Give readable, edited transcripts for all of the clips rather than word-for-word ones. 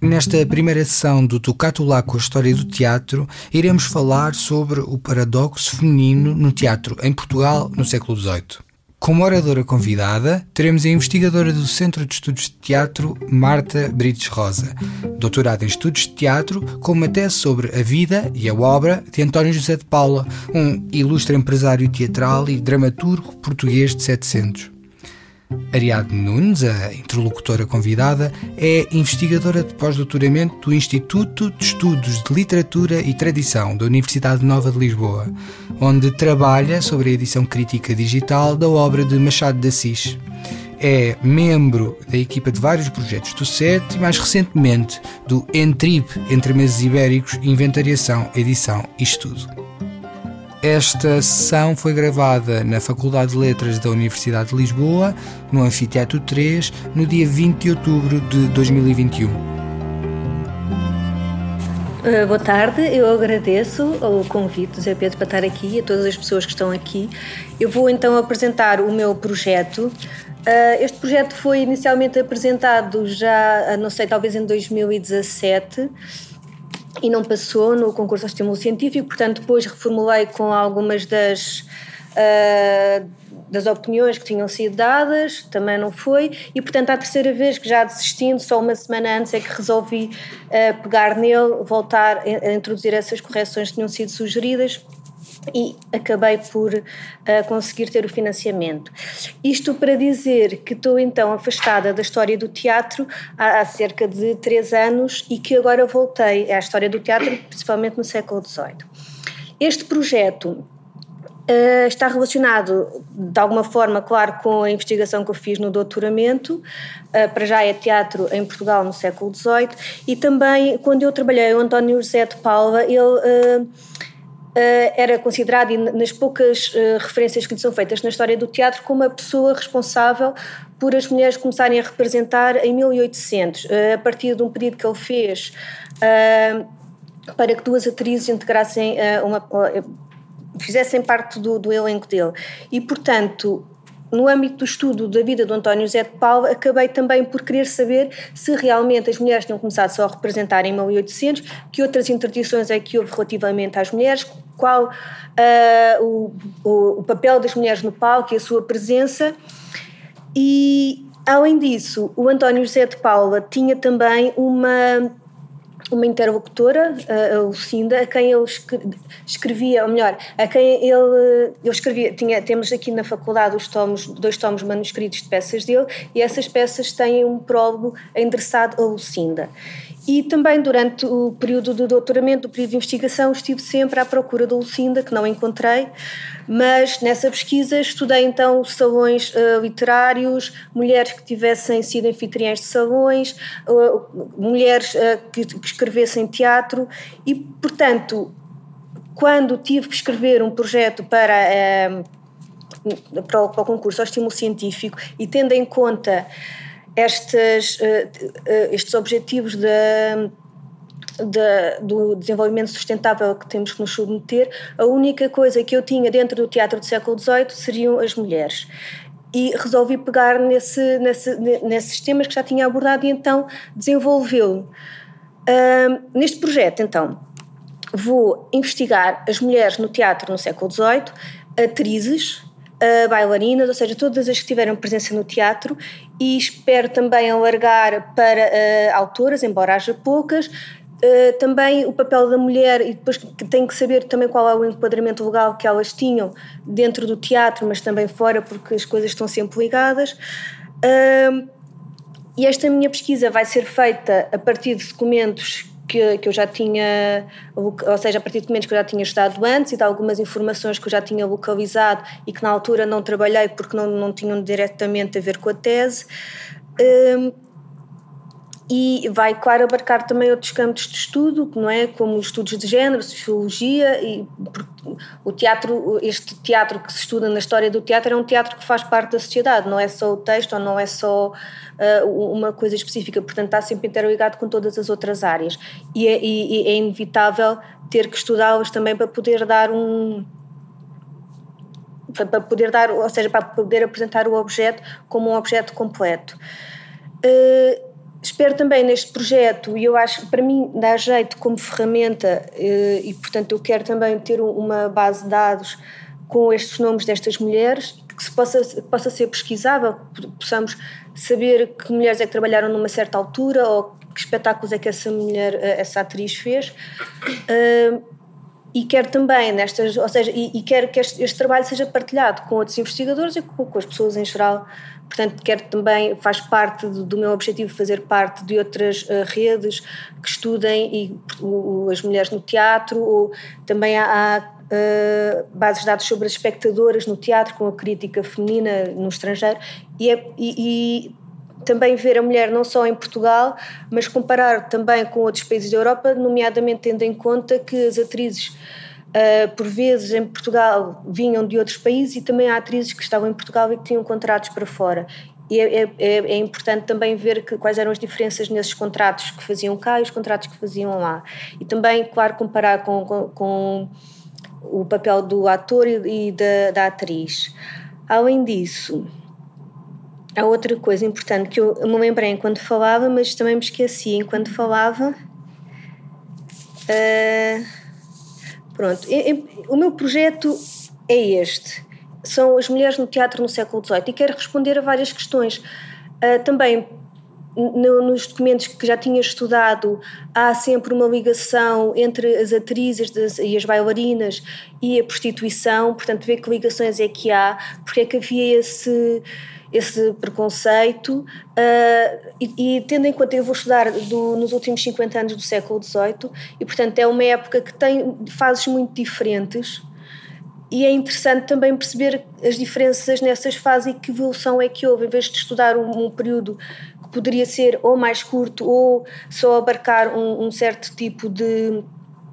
Nesta primeira sessão do Tocato Lá com a história do teatro, iremos falar sobre o paradoxo feminino no teatro em Portugal no século XVIII. Como oradora convidada, teremos a investigadora do Centro de Estudos de Teatro, Marta Brites Rosa, doutorada em Estudos de Teatro, com uma tese sobre a vida e a obra de António José de Paula, um ilustre empresário teatral e dramaturgo português de 700. Ariadne Nunes, a interlocutora convidada, é investigadora de pós-doutoramento do Instituto de Estudos de Literatura e Tradição da Universidade Nova de Lisboa, onde trabalha sobre a edição crítica digital da obra de Machado de Assis. É membro da equipa de vários projetos do SET e, mais recentemente, do ENTRIB, Entre Meses Ibéricos, Inventariação, Edição e Estudo. Esta sessão foi gravada na Faculdade de Letras da Universidade de Lisboa, no Anfiteatro 3, no dia 20 de outubro de 2021. Boa tarde, eu agradeço o convite do Zé Pedro para estar aqui, a todas as pessoas que estão aqui. Eu vou então apresentar o meu projeto. Este projeto foi inicialmente apresentado já, não sei, talvez em 2017, e não passou no concurso ao estímulo científico, portanto depois reformulei com algumas das opiniões que tinham sido dadas, também não foi, e portanto à terceira vez que já desistindo, só uma semana antes é que resolvi pegar nele, voltar a introduzir essas correções que tinham sido sugeridas, e acabei por conseguir ter o financiamento. Isto para dizer que estou então afastada da história do teatro há cerca de 3 anos e que agora voltei à história do teatro, principalmente no século XVIII. Este projeto está relacionado de alguma forma, claro, com a investigação que eu fiz no doutoramento. Para já é teatro em Portugal no século XVIII, e também quando eu trabalhei o António José de Paula, ele era considerado, e nas poucas referências que lhe são feitas na história do teatro, como a pessoa responsável por as mulheres começarem a representar em 1800, a partir de um pedido que ele fez para que 2 atrizes integrassem fizessem parte do elenco dele. E, portanto, no âmbito do estudo da vida do António José de Paula, acabei também por querer saber se realmente as mulheres tinham começado só a representar em 1800, que outras interdições é que houve relativamente às mulheres, qual o papel das mulheres no palco e a sua presença. E, além disso, o António José de Paula tinha também uma interlocutora, a Lucinda, a quem ele escrevia, ou melhor, a quem ele escrevia. Temos aqui na faculdade 2 tomos manuscritos de peças dele, e essas peças têm um prólogo endereçado a Lucinda. E também durante o período do doutoramento, o período de investigação, estive sempre à procura da Lucinda, que não encontrei, mas nessa pesquisa estudei então os salões literários, mulheres que tivessem sido anfitriãs de salões, mulheres que escrevessem teatro, e portanto, quando tive que escrever um projeto para o concurso ao estímulo científico, e tendo em conta estes objetivos do desenvolvimento sustentável que temos que nos submeter, a única coisa que eu tinha dentro do teatro do século XVIII seriam as mulheres. E resolvi pegar nesses temas que já tinha abordado e então desenvolvê-lo. Neste projeto, então, vou investigar as mulheres no teatro no século XVIII, atrizes, bailarinas, ou seja, todas as que tiveram presença no teatro, e espero também alargar para autoras, embora haja poucas, também o papel da mulher, e depois tenho que saber também qual é o enquadramento legal que elas tinham dentro do teatro, mas também fora, porque as coisas estão sempre ligadas. E esta minha pesquisa vai ser feita a partir de documentos que eu já tinha, ou seja, a partir de documentos que eu já tinha estudado antes e de algumas informações que eu já tinha localizado e que na altura não trabalhei porque não tinham diretamente a ver com a tese. E vai, claro, abarcar também outros campos de estudo, não é? Como os estudos de género, sociologia, e o teatro, este teatro que se estuda na história do teatro é um teatro que faz parte da sociedade, não é só o texto ou não é só uma coisa específica, portanto está sempre interligado com todas as outras áreas, e é inevitável ter que estudá-las também para poder dar ou seja, para poder apresentar o objeto como um objeto completo. Espero também neste projeto, e eu acho que para mim dá jeito como ferramenta, e portanto eu quero também ter uma base de dados com estes nomes destas mulheres, que possa ser pesquisável, possamos saber que mulheres é que trabalharam numa certa altura ou que espetáculos é que essa atriz fez. E quero também ou seja, quero que este trabalho seja partilhado com outros investigadores e com as pessoas em geral. Portanto, quero também, faz parte do meu objetivo fazer parte de outras redes que estudem as mulheres no teatro, ou também há bases de dados sobre as espectadoras no teatro, com a crítica feminina no estrangeiro, e também ver a mulher não só em Portugal, mas comparar também com outros países da Europa, nomeadamente tendo em conta que as atrizes, por vezes em Portugal, vinham de outros países, e também há atrizes que estavam em Portugal e que tinham contratos para fora. E é importante também ver quais eram as diferenças nesses contratos que faziam cá e os contratos que faziam lá. E também, claro, comparar com o papel do ator e da atriz. Além disso, há outra coisa importante que eu me lembrei enquanto falava, mas também me esqueci enquanto falava. Pronto, o meu projeto é este. São as mulheres no teatro no século XVIII, e quero responder a várias questões. Também, nos documentos que já tinha estudado, há sempre uma ligação entre as atrizes e as bailarinas e a prostituição, portanto, ver que ligações é que há, porque é que havia esse preconceito, e tendo em conta, eu vou estudar nos últimos 50 anos do século XVIII, e portanto é uma época que tem fases muito diferentes, e é interessante também perceber as diferenças nessas fases e que evolução é que houve, em vez de estudar um período que poderia ser ou mais curto ou só abarcar um certo tipo de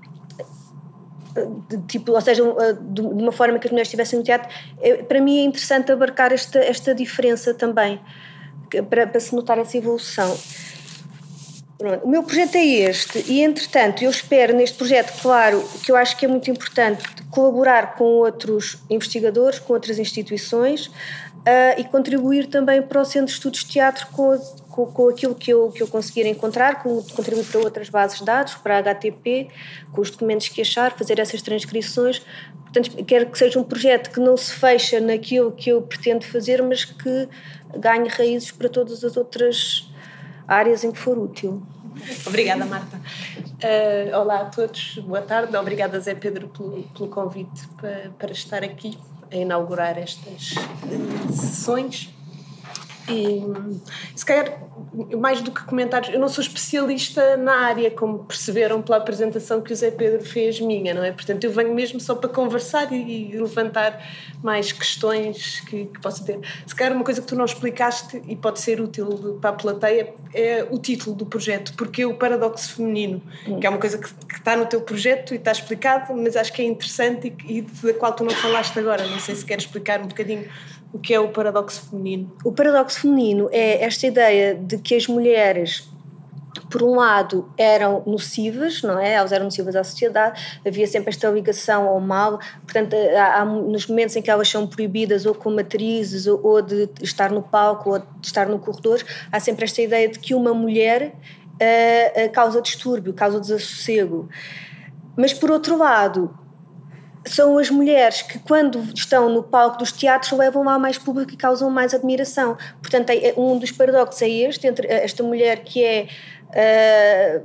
ou seja, de uma forma que as mulheres estivessem no teatro. Para mim é interessante abarcar esta diferença também, para se notar essa evolução. Pronto, o meu projeto é este, e entretanto eu espero neste projeto, claro, que eu acho que é muito importante colaborar com outros investigadores, com outras instituições, e contribuir também para o Centro de Estudos de Teatro com aquilo que eu conseguir encontrar, contribuir para outras bases de dados, para a HTP, com os documentos que achar, fazer essas transcrições. Portanto, quero que seja um projeto que não se fecha naquilo que eu pretendo fazer, mas que ganhe raízes para todas as outras áreas em que for útil. Obrigada, Marta. Olá a todos, boa tarde. Obrigada, Zé Pedro, pelo convite para estar aqui a inaugurar estas sessões. E se calhar, mais do que comentários, eu não sou especialista na área, como perceberam pela apresentação que o Zé Pedro fez minha, não é? Portanto, eu venho mesmo só para conversar e levantar mais questões que possa ter. Se calhar uma coisa que tu não explicaste e pode ser útil para a plateia é o título do projeto, porque o paradoxo feminino, que é uma coisa que está no teu projeto e está explicado, mas acho que é interessante e da qual tu não falaste agora. Não sei se queres explicar um bocadinho o que é o paradoxo feminino. O paradoxo feminino é esta ideia de que as mulheres, por um lado, eram nocivas, não é? Elas eram nocivas à sociedade, havia sempre esta ligação ao mal, portanto, há nos momentos em que elas são proibidas ou como atrizes ou de estar no palco ou de estar no corredor, há sempre esta ideia de que uma mulher causa distúrbio, causa desassossego. Mas, por outro lado, são as mulheres que, quando estão no palco dos teatros, levam lá mais público e causam mais admiração. Portanto, um dos paradoxos é entre esta mulher que é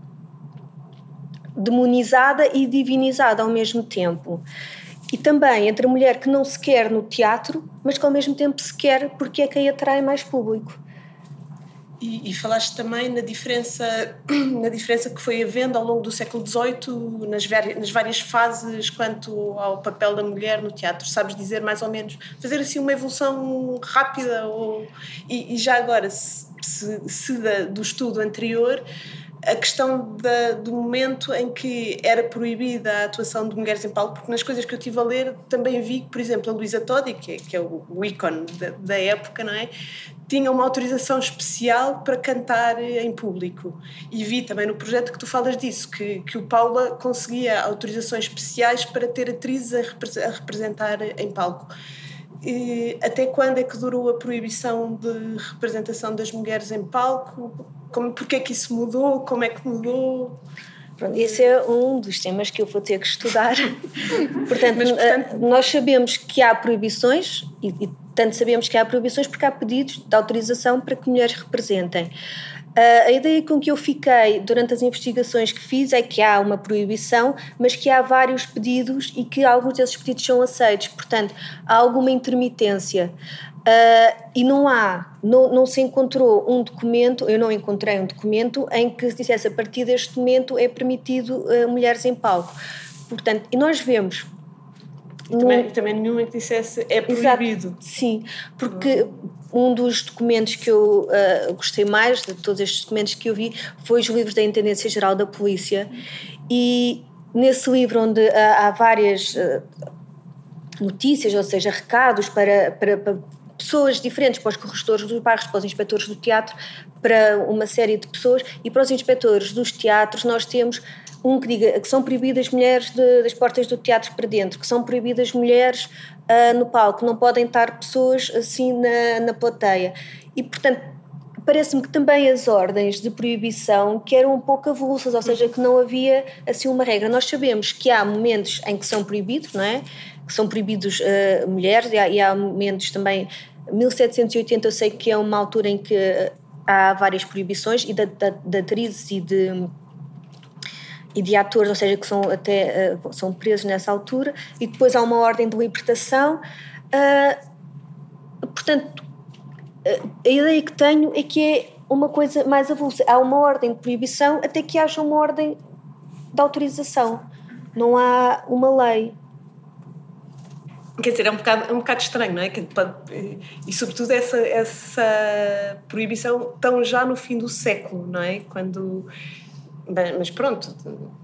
demonizada e divinizada ao mesmo tempo. E também entre a mulher que não se quer no teatro, mas que ao mesmo tempo se quer porque é quem atrai mais público. E falaste também na diferença que foi havendo ao longo do século XVIII, nas várias fases quanto ao papel da mulher no teatro. Sabes dizer mais ou menos, fazer assim uma evolução rápida? E já agora, do estudo anterior, a questão do momento em que era proibida a atuação de mulheres em palco, porque nas coisas que eu estive a ler também vi que, por exemplo, a Luísa Todi, que é o ícone da época, não é? Tinha uma autorização especial para cantar em público. E vi também no projeto que tu falas disso, que o Paula conseguia autorizações especiais para ter atrizes a representar em palco. até quando é que durou a proibição de representação das mulheres em palco? Porquê é que isso mudou? Como é que mudou? Pronto, esse é um dos temas que eu vou ter que estudar. Portanto, nós sabemos que há proibições, e tanto sabemos que há proibições porque há pedidos de autorização para que mulheres representem. A ideia com que eu fiquei durante as investigações que fiz é que há uma proibição, mas que há vários pedidos e que alguns desses pedidos são aceitos. Portanto, há alguma intermitência. E não se encontrou um documento, eu não encontrei um documento em que se dissesse a partir deste momento é permitido mulheres em palco. Portanto, e nós vemos... Também nenhuma que dissesse é proibido. Exato, sim, porque um dos documentos que eu gostei mais, de todos estes documentos que eu vi, foi os livros da Intendência Geral da Polícia, e nesse livro onde há várias notícias, ou seja, recados para pessoas diferentes, para os corregedores dos bairros, para os inspectores do teatro, para uma série de pessoas, e para os inspectores dos teatros nós temos um que diga que são proibidas mulheres das portas do teatro para dentro, que são proibidas mulheres no palco, não podem estar pessoas assim na plateia. E, portanto, parece-me que também as ordens de proibição que eram um pouco avulsas, ou seja, que não havia assim uma regra. Nós sabemos que há momentos em que são proibidos, não é? Que são proibidos mulheres, e há momentos também... 1780 eu sei que é uma altura em que há várias proibições, e de atrizes e de atores, ou seja, que são presos nessa altura, e depois há uma ordem de libertação. Portanto, a ideia que tenho é que é uma coisa mais avulsa. Há uma ordem de proibição até que haja uma ordem de autorização. Não há uma lei. Quer dizer, é um bocado estranho, não é? E sobretudo essa proibição tão já no fim do século, não é? Mas pronto.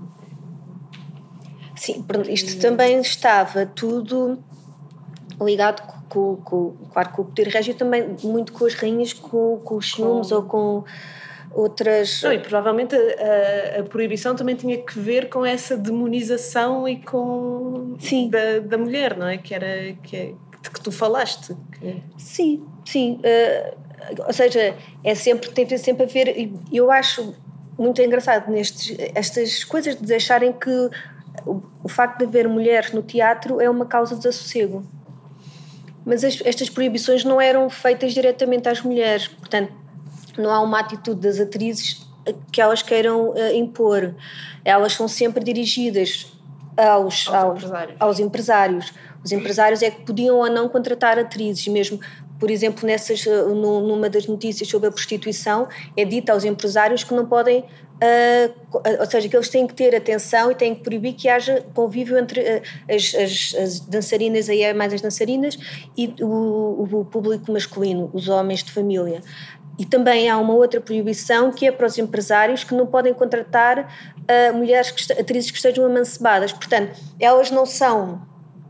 Sim, isto também estava tudo ligado claro, com o poder régio, também muito com as rainhas, com os ciúmes ou com outras... Não, e provavelmente a proibição também tinha que ver com essa demonização e com... Sim. Da mulher, não é? Que tu falaste. Sim. Ou seja, tem sempre a ver... E eu acho muito engraçado estas coisas de acharem que o facto de haver mulheres no teatro é uma causa de desassossego. Mas estas proibições não eram feitas diretamente às mulheres, portanto, não há uma atitude das atrizes que elas queiram impor. Elas são sempre dirigidas aos empresários. Os empresários é que podiam ou não contratar atrizes, mesmo, por exemplo, numa das notícias sobre a prostituição, é dito aos empresários que não podem, ou seja, que eles têm que ter atenção e têm que proibir que haja convívio entre as dançarinas, aí é mais as dançarinas, e o público masculino, os homens de família. E também há uma outra proibição que é para os empresários que não podem contratar atrizes que estejam amancebadas. Portanto, elas não são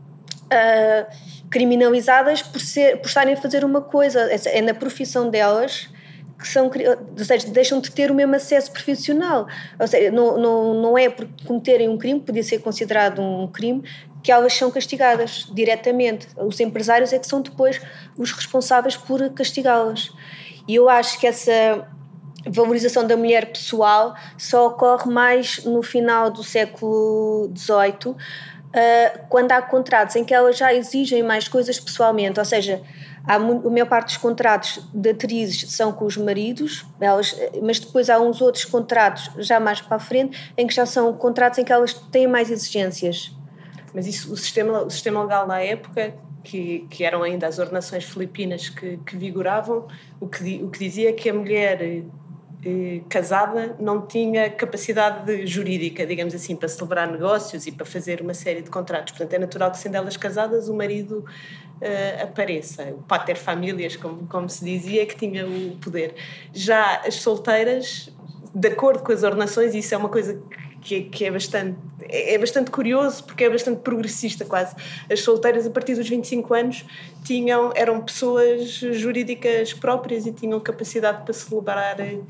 criminalizadas por estarem a fazer uma coisa. É na profissão delas que ou seja, deixam de ter o mesmo acesso profissional. Ou seja, não é por cometerem um crime, podia ser considerado um crime, que elas são castigadas diretamente. Os empresários é que são depois os responsáveis por castigá-las. E eu acho que essa valorização da mulher pessoal só ocorre mais no final do século XVIII, quando há contratos em que elas já exigem mais coisas pessoalmente, ou seja, a maior parte dos contratos de atrizes são com os maridos, mas depois há uns outros contratos já mais para a frente em que já são contratos em que elas têm mais exigências. Mas isso, o sistema legal na época, que eram ainda as ordenações filipinas que vigoravam, o que dizia que a mulher casada não tinha capacidade jurídica, digamos assim, para celebrar negócios e para fazer uma série de contratos. Portanto, é natural que, sendo elas casadas, o marido apareça. O pater familias, como se dizia, que tinha o poder. Já as solteiras, de acordo com as ordenações, isso é uma coisa que é bastante curioso, porque é bastante progressista quase. As solteiras, a partir dos 25 anos, eram pessoas jurídicas próprias e tinham capacidade para celebrar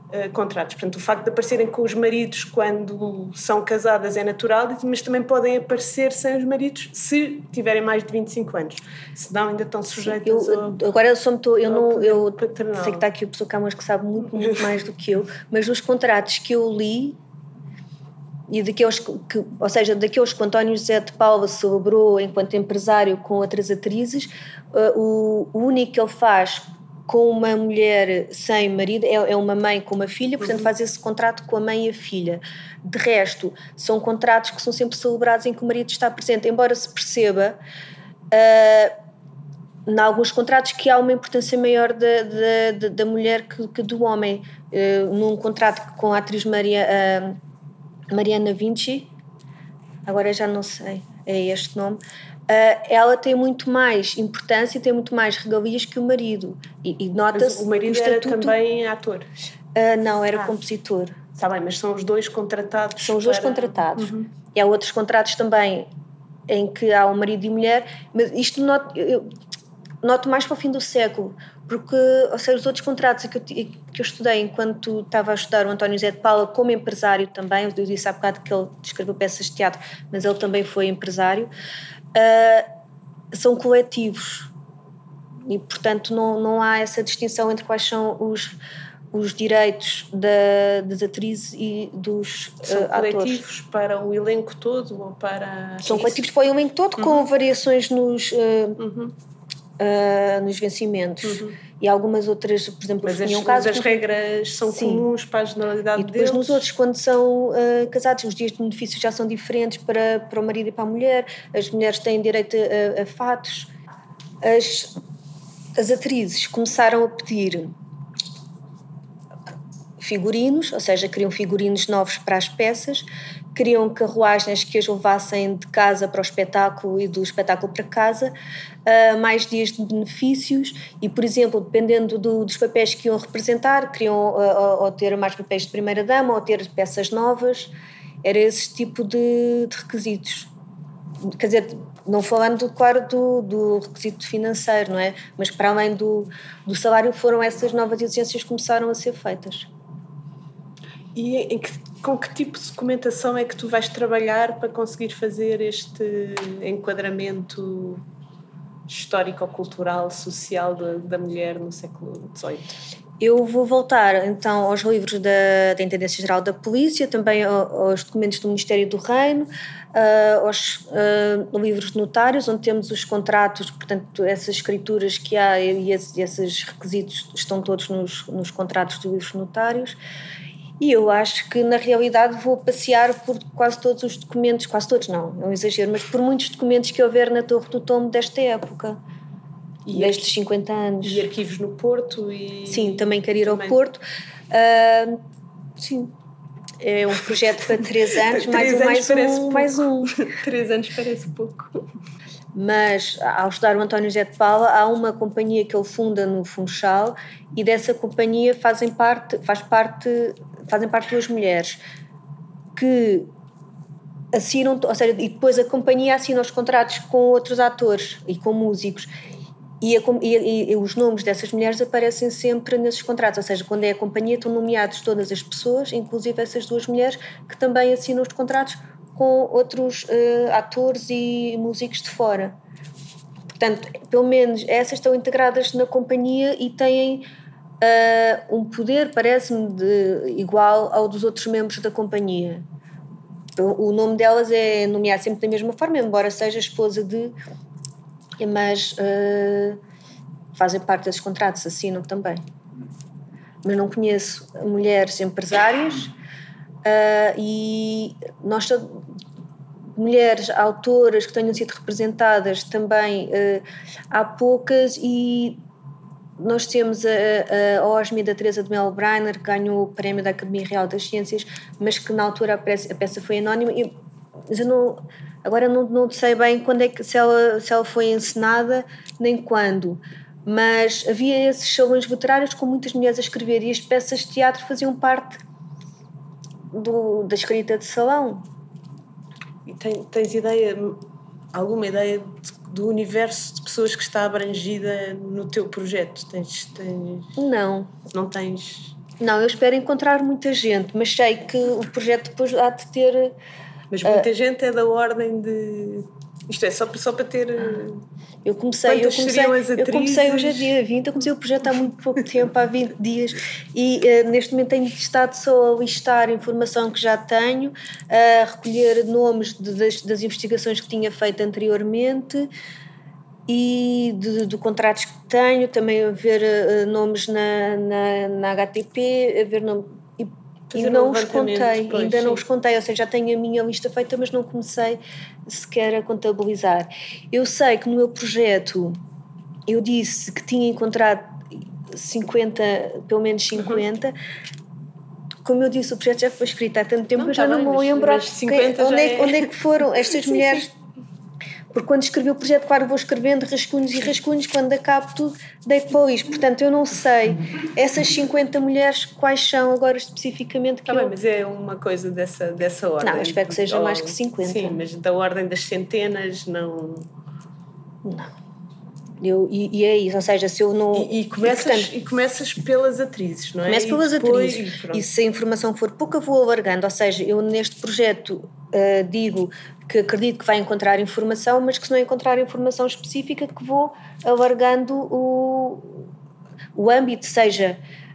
contratos. Portanto, o facto de aparecerem com os maridos quando são casadas é natural, mas também podem aparecer sem os maridos se tiverem mais de 25 anos. Senão ainda estão sujeitas agora eu só me estou... Eu paternal. sei que está aqui o professor Camões que sabe muito, muito mais do que eu, mas dos contratos que eu li e daqueles ou seja, daqueles que o António José de Paula celebrou enquanto empresário com outras atrizes, o único que ele faz com uma mulher sem marido é uma mãe com uma filha, portanto faz esse contrato com a mãe e a filha. De resto, são contratos que são sempre celebrados em que o marido está presente, embora se perceba em alguns contratos que há uma importância maior da mulher que do homem. Num contrato com a atriz Mariana Vinci, agora já não sei, é este nome, ela tem muito mais importância e tem muito mais regalias que o marido. E nota-se. Mas o marido era também ator? Não, era compositor. Está bem, mas são os dois contratados? São os dois contratados. E há outros contratos também em que há um marido e mulher, mas isto eu noto mais para o fim do século, porque, ou seja, os outros contratos que eu estudei enquanto estava a estudar o António José de Paula como empresário também, eu disse há bocado que ele escreveu peças de teatro, mas ele também foi empresário, são coletivos e, portanto, não há essa distinção entre quais são os direitos das atrizes e dos são atores. São coletivos para o elenco todo ou para... São coletivos para o elenco todo, com variações nos vencimentos. E algumas outras, por exemplo, mas as regras são comuns para a generalidade deles. E depois nos outros, quando são casados, os dias de benefício já são diferentes para o marido e para a mulher. As mulheres têm direito a fatos. As atrizes começaram a pedir figurinos, ou seja, queriam figurinos novos para as peças, queriam carruagens que as levassem de casa para o espetáculo e do espetáculo para casa, mais dias de benefícios e, por exemplo, dependendo dos papéis que iam representar, queriam ou ter mais papéis de primeira-dama ou ter peças novas. Era esse tipo de requisitos. Quer dizer, não falando, claro, do requisito financeiro, não é? Mas para além do salário, foram essas novas exigências que começaram a ser feitas. E com que tipo de documentação é que tu vais trabalhar para conseguir fazer este enquadramento histórico-cultural, social da mulher no século XVIII? Eu vou voltar então aos livros da Intendência-Geral da Polícia, também aos documentos do Ministério do Reino, aos livros de notários, onde temos os contratos, portanto, essas escrituras que há e esses requisitos estão todos nos contratos dos livros notários. E eu acho que, na realidade, vou passear por quase todos os documentos, quase todos não, é um exagero, mas por muitos documentos que houver na Torre do Tombo desta época, destes 50 anos. E arquivos no Porto? Sim, também quero ir ao Porto. Sim, é um projeto para 3 anos, mais um. 3 anos parece pouco. Mas, ao estudar o António José de Paula, há uma companhia que ele funda no Funchal e dessa companhia fazem parte 2 mulheres que assinam, ou seja, e depois a companhia assina os contratos com outros atores e com músicos e os nomes dessas mulheres aparecem sempre nesses contratos, ou seja, quando é a companhia estão nomeados todas as pessoas, inclusive essas 2 mulheres que também assinam os contratos com outros atores e músicos de fora. Portanto, pelo menos essas estão integradas na companhia e têm um poder, parece-me, igual ao dos outros membros da companhia. O nome delas é nomeado sempre da mesma forma, embora seja esposa de... mas fazem parte desses contratos, assinam também. Mas não conheço mulheres empresárias e mulheres autoras que tenham sido representadas também há poucas, e nós temos a Osmida Teresa de Melo Breiner, que ganhou o prémio da Academia Real das Ciências, mas que na altura a peça foi anónima. Mas eu agora não sei bem quando é que, se ela foi encenada, nem quando. Mas havia esses salões literários com muitas mulheres a escrever e as peças de teatro faziam parte da escrita de salão. E tens alguma ideia do universo de pessoas que está abrangida no teu projeto? Não. Não tens? Não, eu espero encontrar muita gente, mas sei que o projeto depois há de ter... Mas muita gente é da ordem de... Isto é, só para ter... Eu comecei hoje é dia 20, eu comecei o projeto há muito pouco tempo, há 20 dias, e neste momento tenho estado só a listar a informação que já tenho, a recolher nomes das investigações que tinha feito anteriormente e de contratos que tenho, também a ver nomes na HTP, a ver nomes... E não os contei, ainda não os contei, ou seja, já tenho a minha lista feita, mas não comecei sequer a contabilizar. Eu sei que no meu projeto eu disse que tinha encontrado 50, pelo menos 50. Como eu disse, o projeto já foi escrito há tanto tempo, eu já não me lembro onde é que foram estas mulheres. Sim. Porque quando escrevi o projeto, claro, vou escrevendo rascunhos, quando acabo tudo, depois. Portanto, eu não sei essas 50 mulheres quais são agora especificamente. Bem, mas é uma coisa dessa ordem. Não, eu espero que seja mais que 50. Sim, mas da ordem das centenas, não... Não. E é isso, ou seja, se eu não... E começas pelas atrizes, não é? Começo pelas atrizes. E se a informação for pouca, vou alargando. Ou seja, eu neste projeto digo que acredito que vai encontrar informação, mas que se não encontrar informação específica, que vou alargando o âmbito, seja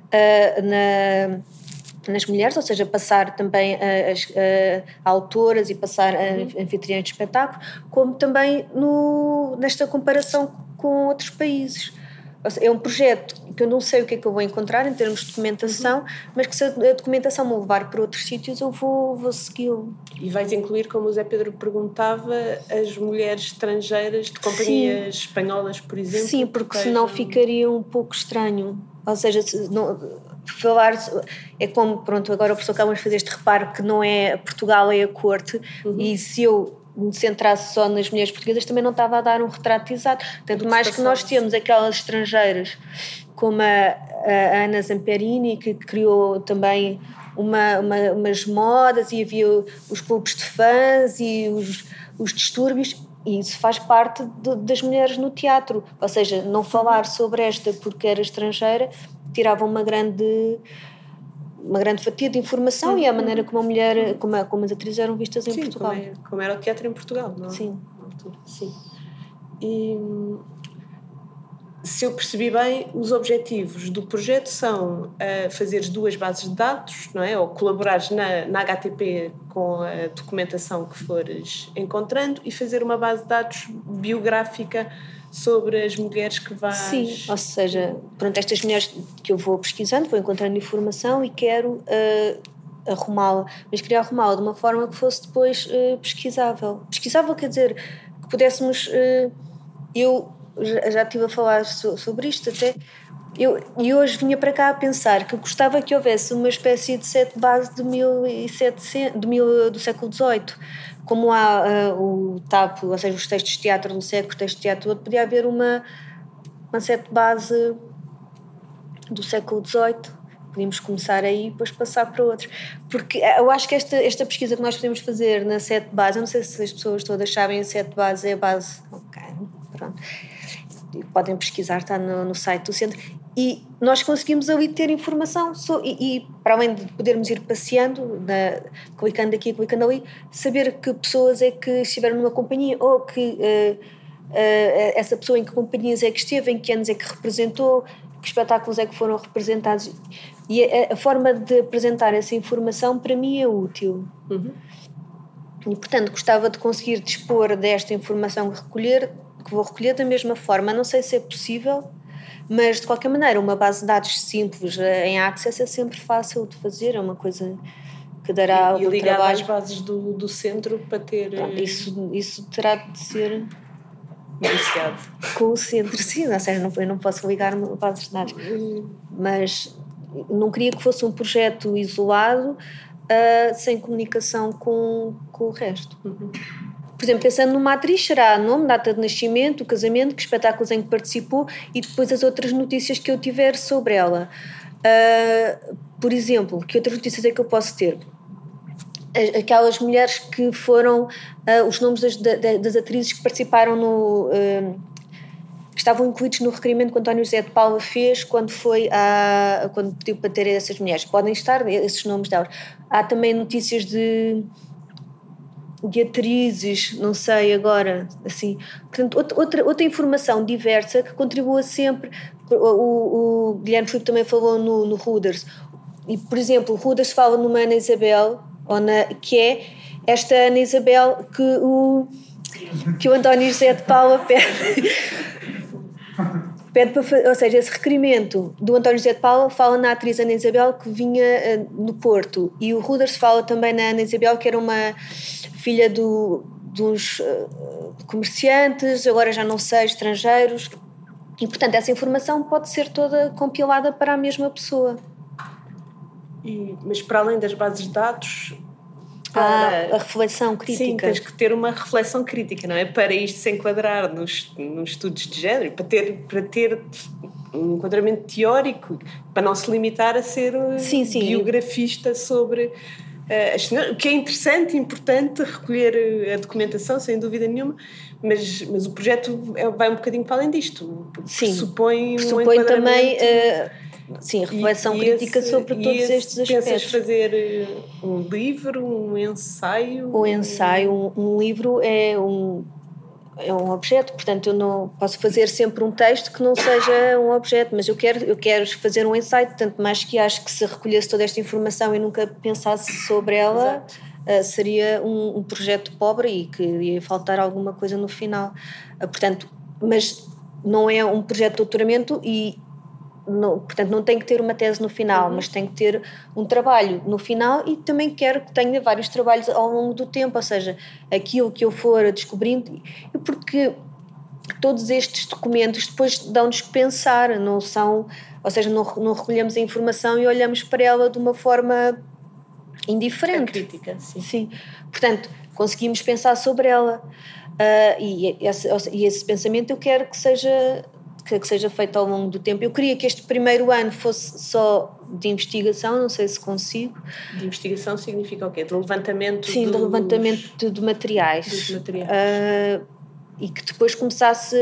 nas mulheres, ou seja, passar também a autoras e passar a anfitriãs de espetáculo, como também nesta comparação com outros países. É um projeto que eu não sei o que é que eu vou encontrar em termos de documentação, mas que se a documentação me levar para outros sítios, eu vou segui-lo. E vais incluir, como o Zé Pedro perguntava, as mulheres estrangeiras de companhias espanholas, por exemplo? Sim, porque senão ficaria um pouco estranho. Ou seja, falar... É como, pronto, agora o professor acaba de fazer este reparo que não é Portugal, é a corte, e se eu me centrasse só nas mulheres portuguesas também não estava a dar um retrato exato. Tanto mais que nós temos aquelas estrangeiras como a Ana Zamperini, que criou também umas modas, e havia os clubes de fãs e os distúrbios, e isso faz parte das mulheres no teatro. Ou seja, não falar sobre esta porque era estrangeira tirava uma grande fatia de informação e a maneira como a mulher, como as atrizes eram vistas em Portugal. Como era o teatro em Portugal, não é? Sim. Sim. E se eu percebi bem, os objetivos do projeto são fazeres 2 bases de dados, não é? Ou colaborares na HTP com a documentação que fores encontrando e fazer uma base de dados biográfica sobre as mulheres que vais... Sim, ou seja, pronto, estas mulheres que eu vou pesquisando, vou encontrando informação e quero arrumá-la, mas queria arrumá-la de uma forma que fosse depois pesquisável. Pesquisável quer dizer que pudéssemos... eu já estive a falar sobre isto até, e hoje vinha para cá a pensar que gostava que houvesse uma espécie de set base de 1700, do século XVIII, como há o TAP, ou seja, os textos de teatro do século, os textos de teatro do outro, podia haver uma set base do século XVIII. Podíamos começar aí e depois passar para outros. Porque eu acho que esta pesquisa que nós podemos fazer na set base, eu não sei se as pessoas todas sabem, a set base é a base. Ok, pronto. Podem pesquisar, está no site do centro. E nós conseguimos ali ter informação e para além de podermos ir passeando, clicando aqui, clicando ali, saber que pessoas é que estiveram numa companhia ou que essa pessoa em que companhias é que esteve, em que anos é que representou, que espetáculos é que foram representados. E a forma de apresentar essa informação para mim é útil. E portanto gostava de conseguir dispor desta informação que vou recolher da mesma forma. Não sei se é possível, mas de qualquer maneira uma base de dados simples em Access é sempre fácil de fazer, é uma coisa que dará algum trabalho. E ligar às bases do centro para ter... Isso terá de ser negociado com o centro, sim, ou seja, eu não posso ligar bases de dados, mas não queria que fosse um projeto isolado, sem comunicação com o resto. Por exemplo, pensando numa atriz, será nome, data de nascimento, o casamento, que espetáculos em que participou e depois as outras notícias que eu tiver sobre ela. Por exemplo, que outras notícias é que eu posso ter? Aquelas mulheres que foram os nomes das atrizes que participaram estavam incluídos no requerimento que o António José de Paula fez quando pediu para ter essas mulheres. Podem estar esses nomes delas. Há também notícias de atrizes, não sei agora, assim. Portanto, outra informação diversa que contribua sempre. O Guilherme Filipe também falou no Ruders. E, por exemplo, o Ruders fala numa Ana Isabel, que é esta Ana Isabel que o António José de Paula pede para, ou seja, esse requerimento do António José de Paula fala na atriz Ana Isabel que vinha no Porto, e o Ruders fala também na Ana Isabel, que era uma filha dos comerciantes, agora já não sei, estrangeiros, e portanto essa informação pode ser toda compilada para a mesma pessoa. Mas para além das bases de dados... A reflexão crítica. Sim, tens que ter uma reflexão crítica, não é? Para isto se enquadrar nos estudos de género, para ter um enquadramento teórico, para não se limitar a ser biografista sobre as senhoras, o que é interessante e importante, recolher a documentação, sem dúvida nenhuma, mas o projeto vai um bocadinho para além disto. Pressupõe também... Sim, reflexão crítica sobre todos estes aspectos. Pensas fazer um livro, um ensaio? Um ensaio, um livro é um objeto, portanto eu não posso fazer sempre um texto que não seja um objeto, mas eu quero fazer um ensaio, tanto mais que acho que se recolhesse toda esta informação e nunca pensasse sobre ela, seria um projeto pobre e que ia faltar alguma coisa no final. Portanto, mas não é um projeto de doutoramento e portanto não tem que ter uma tese no final, mas tem que ter um trabalho no final, e também quero que tenha vários trabalhos ao longo do tempo, ou seja, aquilo que eu for descobrindo, porque todos estes documentos depois dão-nos que pensar, não são, ou seja, não recolhemos a informação e olhamos para ela de uma forma indiferente. A crítica, sim. Portanto, conseguimos pensar sobre ela, e esse pensamento eu quero que seja feito ao longo do tempo. Eu queria que este primeiro ano fosse só de investigação, não sei se consigo. De investigação significa o quê? De levantamento? Sim, de levantamento de materiais. Dos materiais. E que depois começasse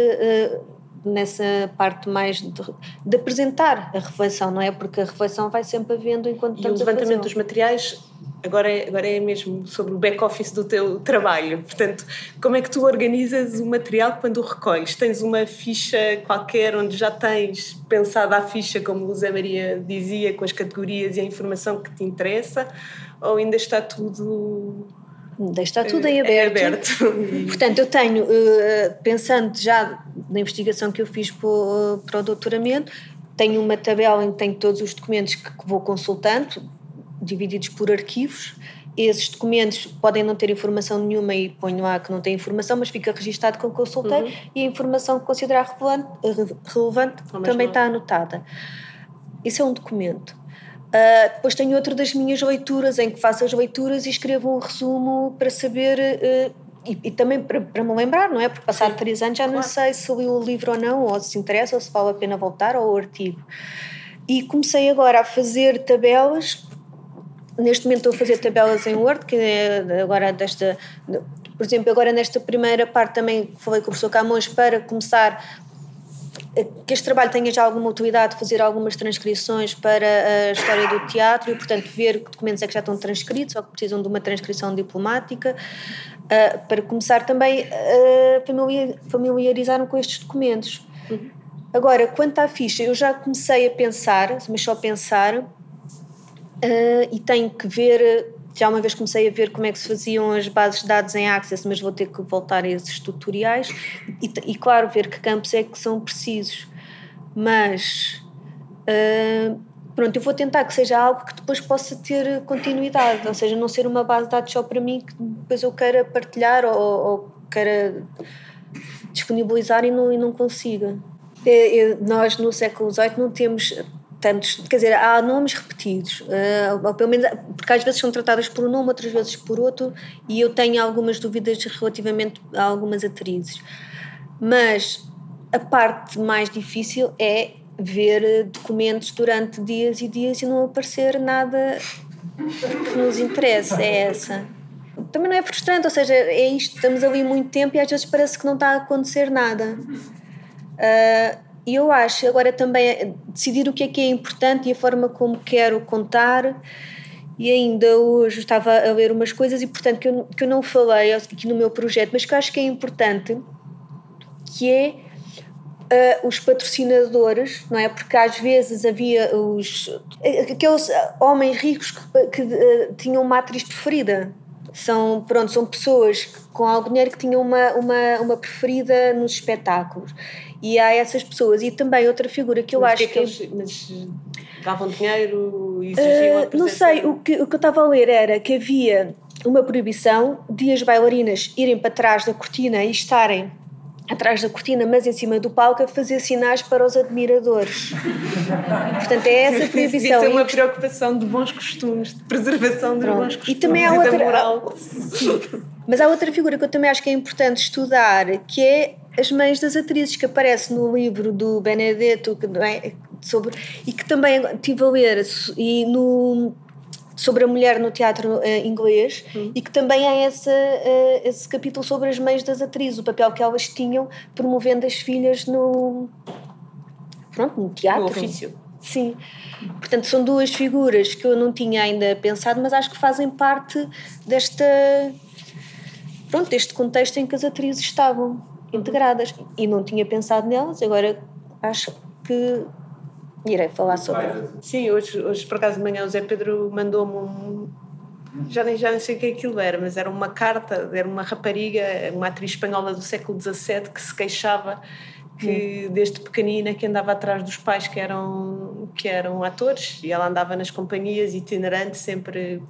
nessa parte mais de apresentar a reflexão, não é? Porque a reflexão vai sempre havendo enquanto estamos a fazer. E o levantamento dos materiais... Agora é mesmo sobre o back-office do teu trabalho. Portanto, como é que tu organizas o material quando o recolhes? Tens uma ficha qualquer onde já tens pensado a ficha, como o José Maria dizia, com as categorias e a informação que te interessa? Ou ainda está tudo... Ainda está tudo em aberto. Portanto, eu tenho, pensando já na investigação que eu fiz para o doutoramento, tenho uma tabela em que tenho todos os documentos que vou consultando, divididos por arquivos. Esses documentos podem não ter informação nenhuma e ponho lá que não tem informação, mas fica registado que eu consultei, e a informação que considerar relevante também está anotada. Isso é um documento. Depois tenho outro das minhas leituras, em que faço as leituras e escrevo um resumo para saber, e também para me lembrar, não é? Porque passado 3 anos já não sei se li o livro ou não, ou se interessa, ou se vale a pena voltar ao artigo. E comecei agora a fazer tabelas. Neste momento estou a fazer tabelas em Word, que é agora por exemplo, agora nesta primeira parte também falei com o professor Camões para começar, que este trabalho tenha já alguma utilidade, fazer algumas transcrições para a história do teatro e, portanto, ver que documentos é que já estão transcritos ou que precisam de uma transcrição diplomática, para começar também a familiarizar-me com estes documentos. Agora, quanto à ficha, eu já comecei a pensar, mas só pensar, e tenho que ver, já uma vez comecei a ver como é que se faziam as bases de dados em Access, mas vou ter que voltar a esses tutoriais e claro, ver que campos é que são precisos, mas pronto, eu vou tentar que seja algo que depois possa ter continuidade, ou seja, não ser uma base de dados só para mim que depois eu queira partilhar ou queira disponibilizar e não consiga. Nós no século XVIII não temos tantos, quer dizer, há nomes repetidos, ou pelo menos, porque às vezes são tratados por um nome, outras vezes por outro, e eu tenho algumas dúvidas relativamente a algumas atrizes. Mas a parte mais difícil é ver documentos durante dias e dias e não aparecer nada que nos interesse, é essa. Também não é frustrante, ou seja, é isto, estamos ali muito tempo e às vezes parece que não está a acontecer nada. E eu acho, agora também decidir o que é importante e a forma como quero contar. E ainda hoje estava a ler umas coisas e, portanto, que eu não falei aqui no meu projeto, mas que eu acho que é importante, que é os patrocinadores, não é? Porque às vezes havia aqueles homens ricos que tinham uma atriz preferida. São pessoas com algum dinheiro que tinham uma preferida nos espetáculos. E há essas pessoas. E também outra figura que eu acho que... Mas davam dinheiro e exigiam a presença? Não sei, o que eu estava a ler era que havia uma proibição de as bailarinas irem para trás da cortina e estarem atrás da cortina, mas em cima do palco, a fazer sinais para os admiradores. Portanto, é essa proibição. Isso é uma preocupação de bons costumes, de preservação de bons costumes. E também há outra moral. Mas há outra figura que eu também acho que é importante estudar, que é as mães das atrizes, que aparece no livro do Benedetto, que, não é, e que também estive a ler sobre a mulher no teatro inglês, e que também há esse capítulo sobre as mães das atrizes, o papel que elas tinham promovendo as filhas no teatro. No ofício. Sim. Portanto, são duas figuras que eu não tinha ainda pensado, mas acho que fazem parte deste contexto em que as atrizes estavam integradas. E não tinha pensado nelas, agora acho que irei falar sobre ela. Sim, hoje por acaso de manhã o Zé Pedro mandou-me já nem sei o que aquilo era, mas era uma carta, era uma rapariga, uma atriz espanhola do século XVII que se queixava que desde pequenina que andava atrás dos pais que eram atores, e ela andava nas companhias itinerantes sempre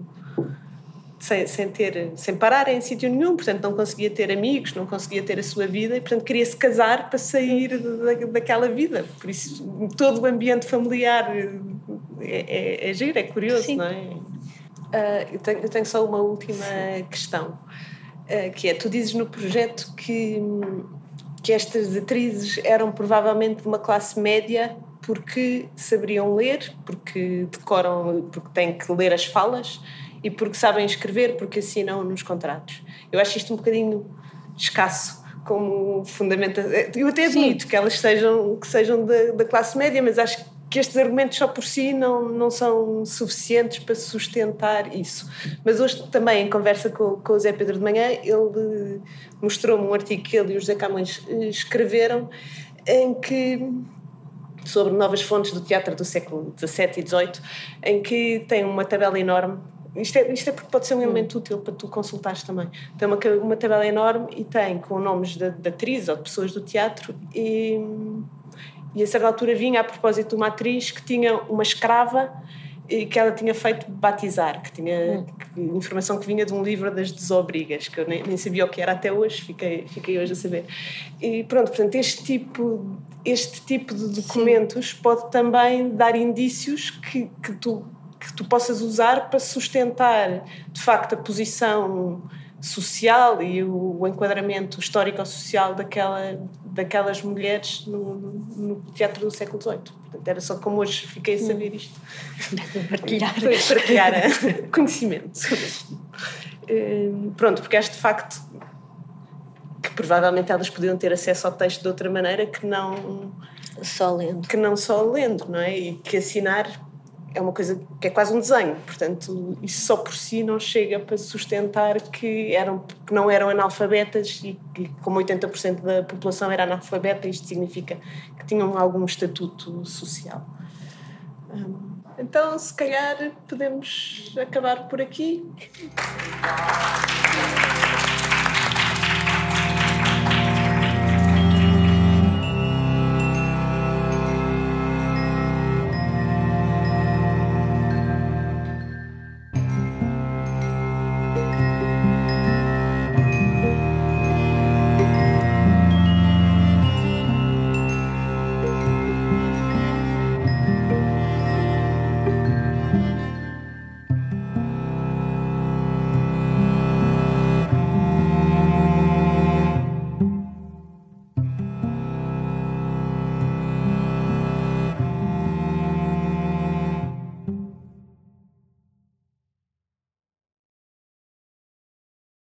sem parar em sítio nenhum, portanto não conseguia ter amigos, não conseguia ter a sua vida e portanto queria se casar para sair daquela vida. Por isso todo o ambiente familiar é giro, é curioso. Sim. Não é? Eu tenho só uma última questão, que é, tu dizes no projeto que estas atrizes eram provavelmente de uma classe média porque saberiam ler, porque decoram, porque têm que ler as falas e porque sabem escrever, porque assinam nos contratos. Eu acho isto um bocadinho escasso como fundamento. Eu até admito que elas sejam da classe média, mas acho que estes argumentos só por si não são suficientes para sustentar isso. Mas hoje também, em conversa com o Zé Pedro de manhã, ele mostrou-me um artigo que ele e o José Camões escreveram sobre novas fontes do teatro do século XVII e XVIII, em que tem uma tabela enorme. Isto é porque pode ser um elemento útil para tu consultares também. Tem uma tabela enorme e tem com nomes de atrizes ou de pessoas do teatro e a certa altura vinha a propósito de uma atriz que tinha uma escrava e que ela tinha feito batizar, que tinha informação que vinha de um livro das Desobrigas, que eu nem sabia o que era até hoje, fiquei hoje a saber. E pronto, portanto, este tipo de documentos pode também dar indícios que tu possas usar para sustentar, de facto, a posição social e o enquadramento histórico-social daquelas mulheres no teatro do século XVIII. Portanto, era só como hoje fiquei a saber isto. Partilhar conhecimento. Pronto, porque acho de facto que provavelmente elas podiam ter acesso ao texto de outra maneira que não só lendo, não é? E que assinar é uma coisa que é quase um desenho, portanto isso só por si não chega para sustentar que não eram analfabetas e que como 80% da população era analfabeta, isto significa que tinham algum estatuto social. Então se calhar podemos acabar por aqui.